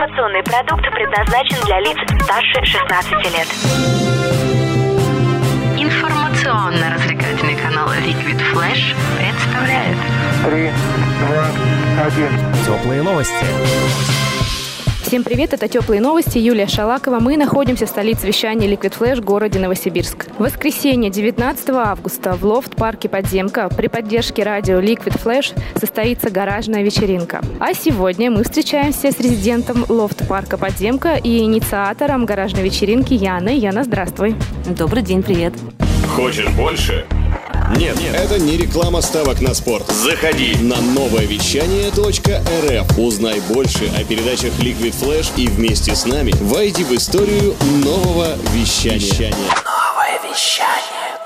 Информационный продукт предназначен для лиц старше 16 лет. Информационно-развлекательный канал Liquid Flash представляет 3, 2, 1. Теплые новости. Всем привет, это «Теплые новости», Юлия Шалакова. Мы находимся в столице вещания Liquid Flash в городе Новосибирск. В воскресенье, 19 августа, в лофт-парке «Подземка» при поддержке радио Liquid Flash состоится гаражная вечеринка. А сегодня мы встречаемся с резидентом лофт-парка «Подземка» и инициатором гаражной вечеринки Яной. Яна, здравствуй. Добрый день, привет. Хочешь больше? Нет, это не реклама ставок на спорт. Заходи на нововещание.рф. Узнай больше о передачах Liquid Flash и вместе с нами войди в историю нового вещания. Новое вещание.рф.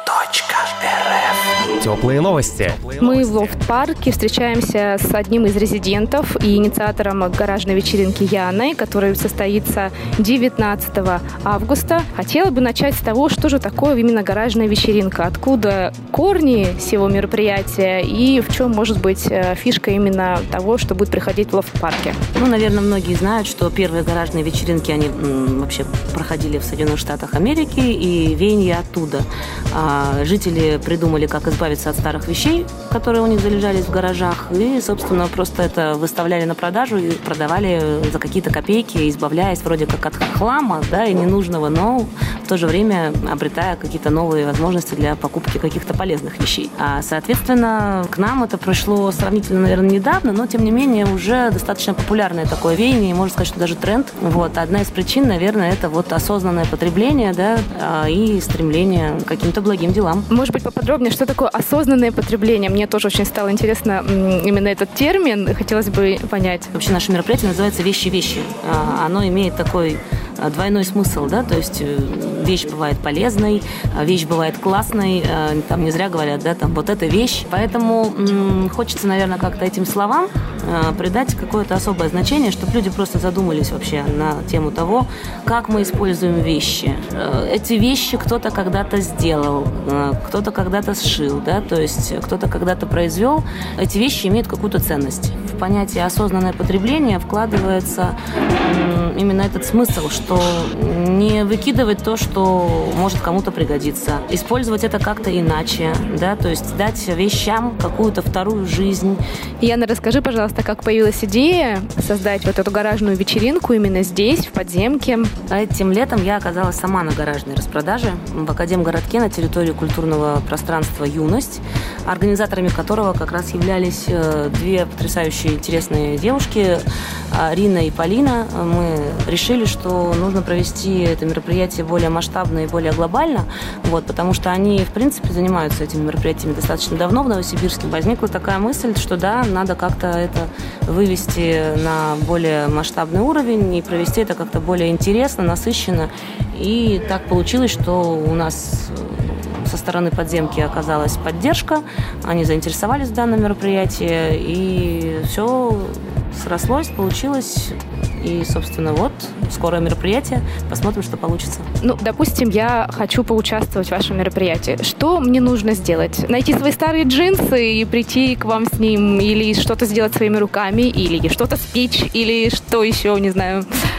Теплые новости. Мы в лофт-парке встречаемся с одним из резидентов и инициатором гаражной вечеринки Яной, которая состоится 19 августа. Хотела бы начать с того, что же такое именно гаражная вечеринка, откуда корни всего мероприятия и в чем может быть фишка именно того, что будет проходить в лофт-парке. Наверное, многие знают, что первые гаражные вечеринки, они вообще проходили в Соединенных Штатах Америки и веяние оттуда. Жители придумали, как избавиться от старых вещей, которые у них залежались в гаражах, и, собственно, просто это выставляли на продажу и продавали за какие-то копейки, избавляясь вроде как от хлама, да, и ненужного, но в то же время обретая какие-то новые возможности для покупки каких-то полезных вещей. Соответственно, к нам это пришло сравнительно, наверное, недавно, но, тем не менее, уже достаточно популярное такое веяние, и можно сказать, что даже тренд. Одна из причин, наверное, это осознанное потребление, да, и стремление к каким-то благим делам. Может быть, поподробнее, что такое осознанное потребление? Мне тоже очень стало интересно именно этот термин. Хотелось бы понять. Вообще наше мероприятие называется «Вещи-вещи». Оно имеет такой двойной смысл, да, то есть вещь бывает полезной, вещь бывает классной, там не зря говорят, да, там вот эта вещь. Поэтому хочется, наверное, как-то этим словам придать какое-то особое значение, чтобы люди просто задумались вообще на тему того, как мы используем вещи. Эти вещи кто-то когда-то сделал, кто-то когда-то сшил, да, то есть кто-то когда-то произвел. Эти вещи имеют какую-то ценность. В понятие осознанное потребление вкладывается именно этот смысл, что не выкидывать то, что может кому-то пригодиться, использовать это как-то иначе, да, то есть дать вещам какую-то вторую жизнь. Яна, расскажи, пожалуйста, как появилась идея создать эту гаражную вечеринку именно здесь, в Подземке? Этим летом я оказалась сама на гаражной распродаже в Академгородке на территории культурного пространства «Юность», организаторами которого как раз являлись две потрясающие интересные девушки, Рина и Полина. Мы решили, что нужно провести это мероприятие более масштабно и более глобально, потому что они, в принципе, занимаются этими мероприятиями достаточно давно в Новосибирске. Возникла такая мысль, что да, надо как-то это вывести на более масштабный уровень и провести это как-то более интересно, насыщенно. И так получилось, что у нас со стороны Подземки оказалась поддержка, они заинтересовались в данном мероприятии, и все срослось, получилось. И, собственно, скорое мероприятие. Посмотрим, что получится. Допустим, я хочу поучаствовать в вашем мероприятии. Что мне нужно сделать? Найти свои старые джинсы и прийти к вам с ним? Или что-то сделать своими руками? Или что-то спичь? Или что еще, не знаю...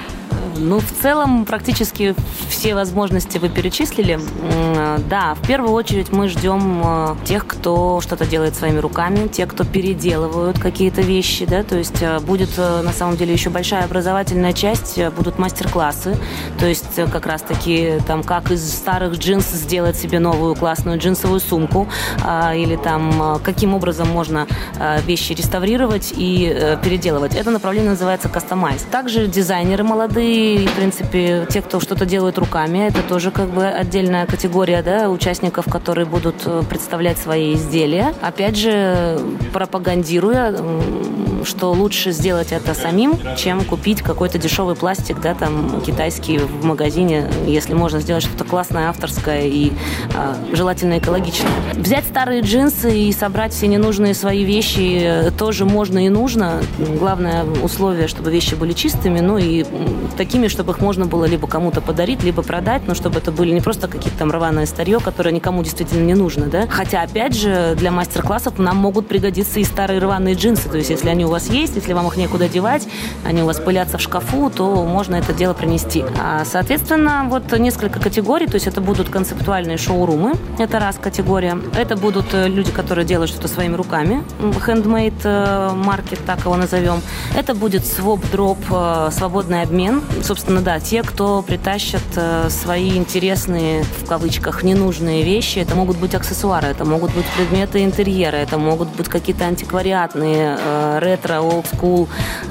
В целом, практически все возможности вы перечислили. Да, в первую очередь мы ждем тех, кто что-то делает своими руками, тех, кто переделывают какие-то вещи, да, то есть будет на самом деле еще большая образовательная часть, будут мастер-классы, то есть как раз-таки там, как из старых джинс сделать себе новую классную джинсовую сумку, или там каким образом можно вещи реставрировать и переделывать. Это направление называется кастомайз. Также дизайнеры молодые, и, в принципе, те, кто что-то делает руками, это тоже как бы отдельная категория, да, участников, которые будут представлять свои изделия. Опять же, пропагандируя, что лучше сделать это самим, чем купить какой-то дешевый пластик, да, там, китайский в магазине, если можно сделать что-то классное, авторское и желательно экологичное. Взять старые джинсы и собрать все ненужные свои вещи тоже можно и нужно. Главное условие, чтобы вещи были чистыми, и таким такими, чтобы их можно было либо кому-то подарить, либо продать, но чтобы это были не просто какие-то там рваное старье, которое никому действительно не нужно, да. Хотя, опять же, для мастер-классов нам могут пригодиться и старые рваные джинсы. То есть, если они у вас есть, если вам их некуда девать, они у вас пылятся в шкафу, то можно это дело принести. Соответственно, вот несколько категорий. То есть, это будут концептуальные шоурумы. Это раз категория. Это будут люди, которые делают что-то своими руками. Handmade маркет, так его назовем. Это будет своп-дроп, свободный обмен. Собственно, да, те, кто притащат свои интересные, в кавычках, ненужные вещи. Это могут быть аксессуары, это могут быть предметы интерьера, это могут быть какие-то антиквариатные, ретро, олдскул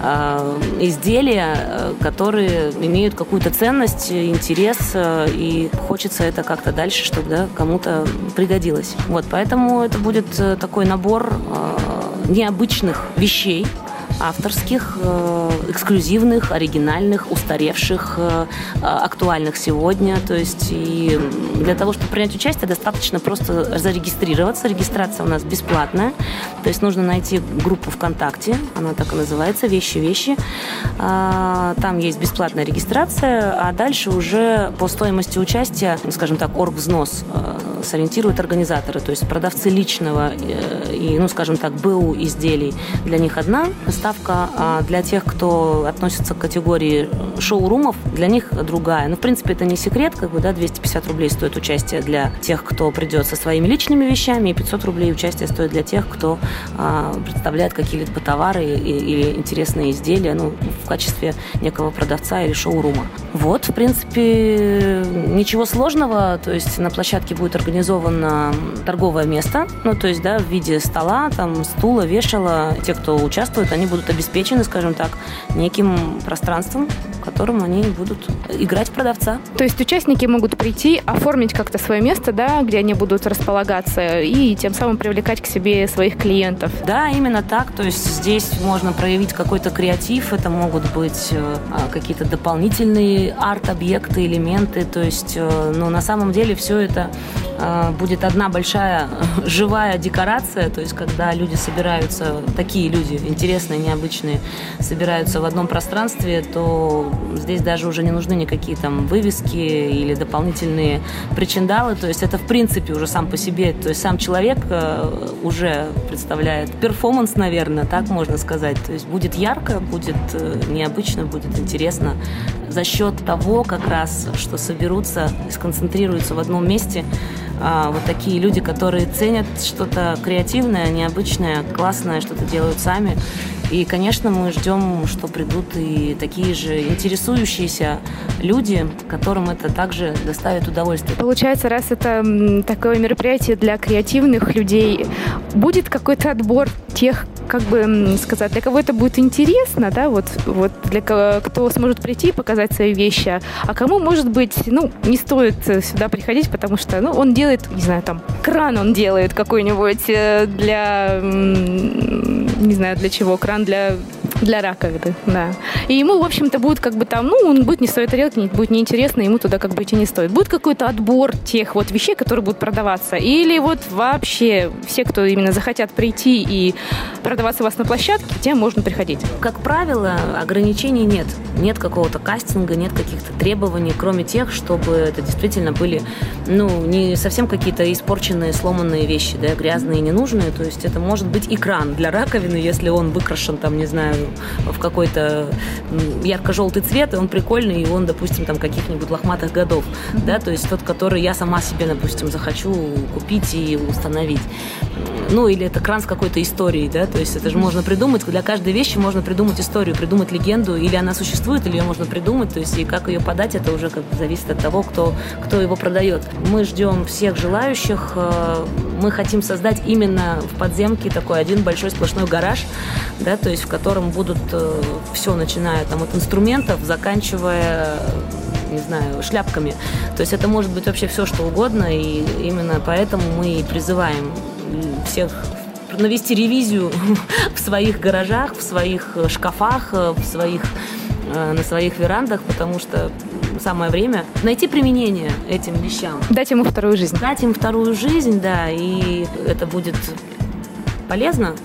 изделия, которые имеют какую-то ценность, интерес, и хочется это как-то дальше, чтобы кому-то пригодилось. Вот, поэтому это будет такой набор необычных вещей, авторских, эксклюзивных, оригинальных, устаревших, актуальных сегодня. То есть и для того, чтобы принять участие, достаточно просто зарегистрироваться. Регистрация у нас бесплатная. То есть нужно найти группу ВКонтакте, она так и называется, «Вещи». Там есть бесплатная регистрация, а дальше уже по стоимости участия, скажем так, оргвзнос сориентируют организаторы. То есть продавцы личного и, скажем так, БУ изделий, для них одна ставка, а для тех, кто относится к категории шоурумов, для них другая. В принципе, это не секрет, 250 рублей стоит участие для тех, кто придет со своими личными вещами, и 500 рублей участие стоит для тех, кто представляет какие-либо товары или интересные изделия, в качестве некого продавца или шоурума. Вот, в принципе, ничего сложного, то есть на площадке будет организовано торговое место, в виде стола, стула, вешала. Те, кто участвует, они будут обеспечены, скажем так, неким пространством, в котором они будут играть в продавца. То есть участники могут прийти, оформить как-то свое место, где они будут располагаться, и тем самым привлекать к себе своих клиентов. Да, именно так. То есть здесь можно проявить какой-то креатив, это могут быть какие-то дополнительные арт-объекты, элементы. То есть, на самом деле все это будет одна большая живая декорация, то есть когда люди собираются, такие люди интересные, необычные, собираются в одном пространстве, то здесь даже уже не нужны никакие вывески или дополнительные причиндалы, то есть это в принципе уже сам по себе, то есть сам человек уже представляет перформанс, наверное, так можно сказать, то есть будет ярко, будет необычно, будет интересно за счет того как раз, что соберутся и сконцентрируются в одном месте вот такие люди, которые ценят что-то креативное, необычное, классное, что-то делают сами. И, конечно, мы ждем, что придут и такие же интересующиеся люди, которым это также доставит удовольствие. Получается, раз это такое мероприятие для креативных людей, будет какой-то отбор тех, для кого это будет интересно, вот для кого, кто сможет прийти и показать свои вещи, а кому, может быть, не стоит сюда приходить, потому что, он делает, не знаю, кран он делает какой-нибудь для, не знаю, для чего, кран для раковины, да. И ему, в общем-то, будет он будет не в своей тарелке, будет неинтересно, ему туда идти не стоит. Будет какой-то отбор тех вещей, которые будут продаваться? Или вообще все, кто именно захотят прийти и продаваться у вас на площадке, тем можно приходить? Как правило, ограничений нет. Нет какого-то кастинга, нет каких-то требований, кроме тех, чтобы это действительно были, не совсем какие-то испорченные, сломанные вещи, грязные, ненужные. То есть это может быть и кран для раковины, если он выкрашен, не знаю, в какой-то ярко-желтый цвет, и он прикольный, и он, допустим, каких-нибудь лохматых годов, да, то есть тот, который я сама себе, допустим, захочу купить и установить. Или это кран с какой-то историей, да, то есть это же можно придумать, для каждой вещи можно придумать историю, придумать легенду, или она существует, или ее можно придумать, то есть и как ее подать, это уже зависит от того, кто его продает. Мы ждем всех желающих, мы хотим создать именно в подземке такой один большой сплошной гараж, да, то есть в котором будут все, начиная от инструментов, заканчивая, не знаю, шляпками. То есть это может быть вообще все, что угодно, и именно поэтому мы призываем всех навести ревизию в своих гаражах, в своих шкафах, на своих верандах, потому что самое время найти применение этим вещам. Дать ему вторую жизнь. Дать им вторую жизнь, да, и это будет полезно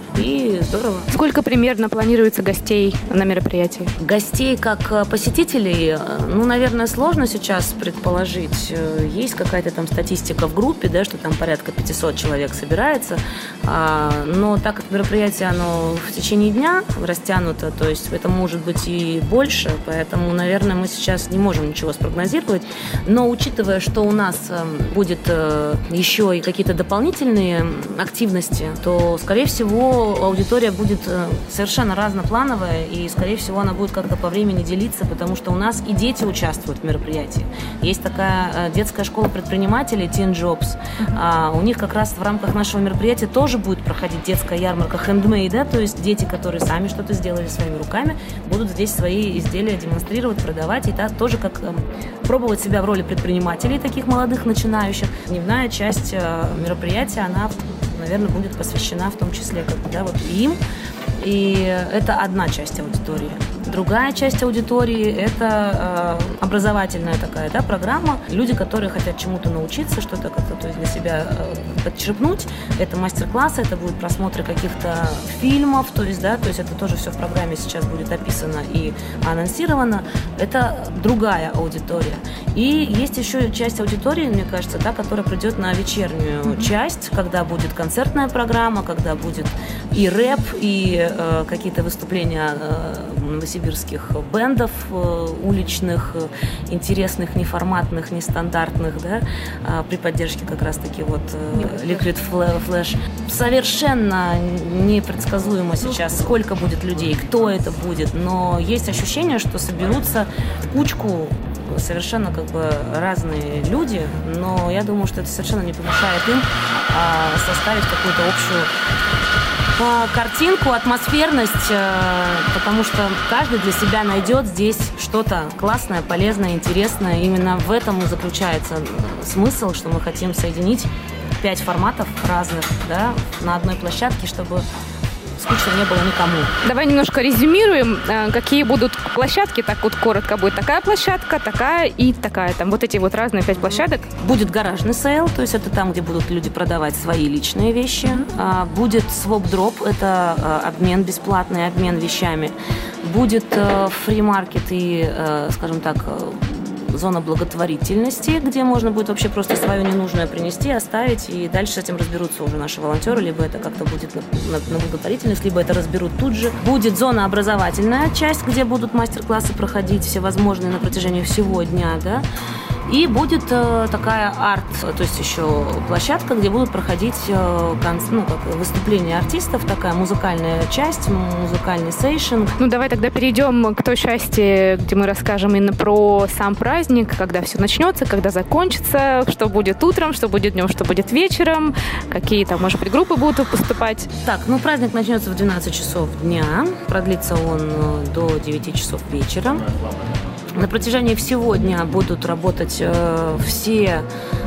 И здорово. Сколько примерно планируется гостей на мероприятии? Гостей как посетителей, наверное, сложно сейчас предположить. Есть какая-то там статистика в группе, да, что там порядка 500 человек собирается. Но так как мероприятие, оно в течение дня растянуто, то есть это может быть и больше, поэтому, наверное, мы сейчас не можем ничего спрогнозировать. Но учитывая, что у нас будет еще и какие-то дополнительные активности, то, скорее всего, аудитория будет совершенно разноплановая, и, скорее всего, она будет как-то по времени делиться, потому что у нас и дети участвуют в мероприятии. Есть такая детская школа предпринимателей Teen Jobs. У них как раз в рамках нашего мероприятия тоже будет проходить детская ярмарка handmade, да, то есть дети, которые сами что-то сделали своими руками, будут здесь свои изделия демонстрировать, продавать, и тоже как пробовать себя в роли предпринимателей, таких молодых начинающих. Дневная часть мероприятия, она, наверное, будет посвящена в том числе им. И это одна часть аудитории. Другая часть аудитории – это образовательная такая, да, программа. Люди, которые хотят чему-то научиться, что-то как-то, то есть для себя подчерпнуть. Это мастер-классы, это будут просмотры каких-то фильмов, то есть это тоже все в программе сейчас будет описано и анонсировано. Это другая аудитория. И есть еще часть аудитории, мне кажется, да, которая придет на вечернюю часть, когда будет концертная программа, когда будет и рэп, и какие-то выступления новосибирских бэндов уличных, интересных, неформатных, нестандартных, да, при поддержке как раз-таки Liquid Flash. Совершенно непредсказуемо сейчас, сколько будет людей, кто это будет, но есть ощущение, что соберутся в кучку совершенно разные люди, но я думаю, что это совершенно не помешает им составить какую-то общую картинку, атмосферность, потому что каждый для себя найдет здесь что-то классное, полезное, интересное. Именно в этом и заключается смысл, что мы хотим соединить 5 форматов разных, да, на одной площадке, чтобы скучно не было никому. Давай немножко резюмируем, какие будут площадки, так коротко будет такая площадка, такая и такая. Там эти разные 5 площадок. Будет гаражный сейл, то есть это там, где будут люди продавать свои личные вещи. Будет своп-дроп, это обмен, бесплатный обмен вещами. Будет фри-маркет и, скажем так, зона благотворительности, где можно будет вообще просто свое ненужное принести, оставить, и дальше с этим разберутся уже наши волонтеры, либо это как-то будет на благотворительность, либо это разберут тут же. Будет зона образовательная часть, где будут мастер-классы проходить всевозможные на протяжении всего дня, да. И будет такая арт, то есть еще площадка, где будут проходить выступления артистов, такая музыкальная часть, музыкальный сейшн. Давай тогда перейдем к той части, где мы расскажем именно про сам праздник, когда все начнется, когда закончится, что будет утром, что будет днем, что будет вечером, какие там, может быть, группы будут поступать. Так, праздник начнется в 12 часов дня, продлится он до 9 часов вечера. На протяжении всего дня будут работать все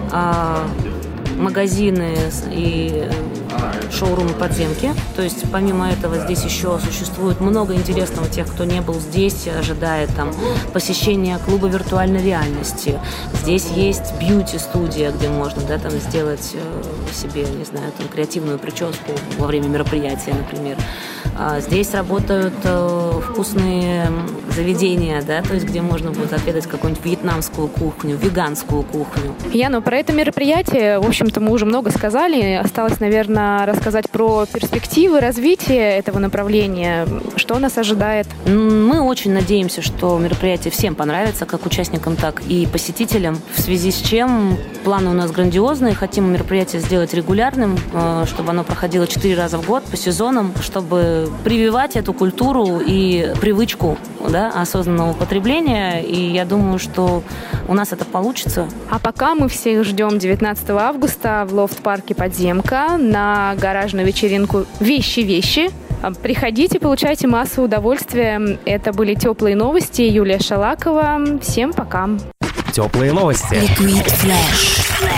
магазины и шоурумы подземки. То есть помимо этого здесь еще существует много интересного. Тех, кто не был здесь, ожидает там посещения клуба виртуальной реальности. Здесь есть бьюти-студия, где можно, да, там сделать себе, не знаю, там, креативную прическу во время мероприятия, например. Здесь работают вкусные заведения, да, то есть где можно будет отведать какую-нибудь вьетнамскую кухню, веганскую кухню. Яна, про это мероприятие, в общем-то, мы уже много сказали. Осталось, наверное, рассказать про перспективы развития этого направления. Что нас ожидает? Мы очень надеемся, что мероприятие всем понравится, как участникам, так и посетителям. В связи с чем планы у нас грандиозные. Хотим мероприятие сделать регулярным, чтобы оно проходило 4 раза в год по сезонам, чтобы прививать эту культуру и привычку, да, осознанного употребления. И я думаю, что у нас это получится. А пока мы всех ждем 19 августа в лофт-парке «Подземка» на гаражную вечеринку «Вещи-вещи». Приходите, получайте массу удовольствия. Это были теплые новости. Юлия Шалакова. Всем пока. Теплые новости. Liquid Flash.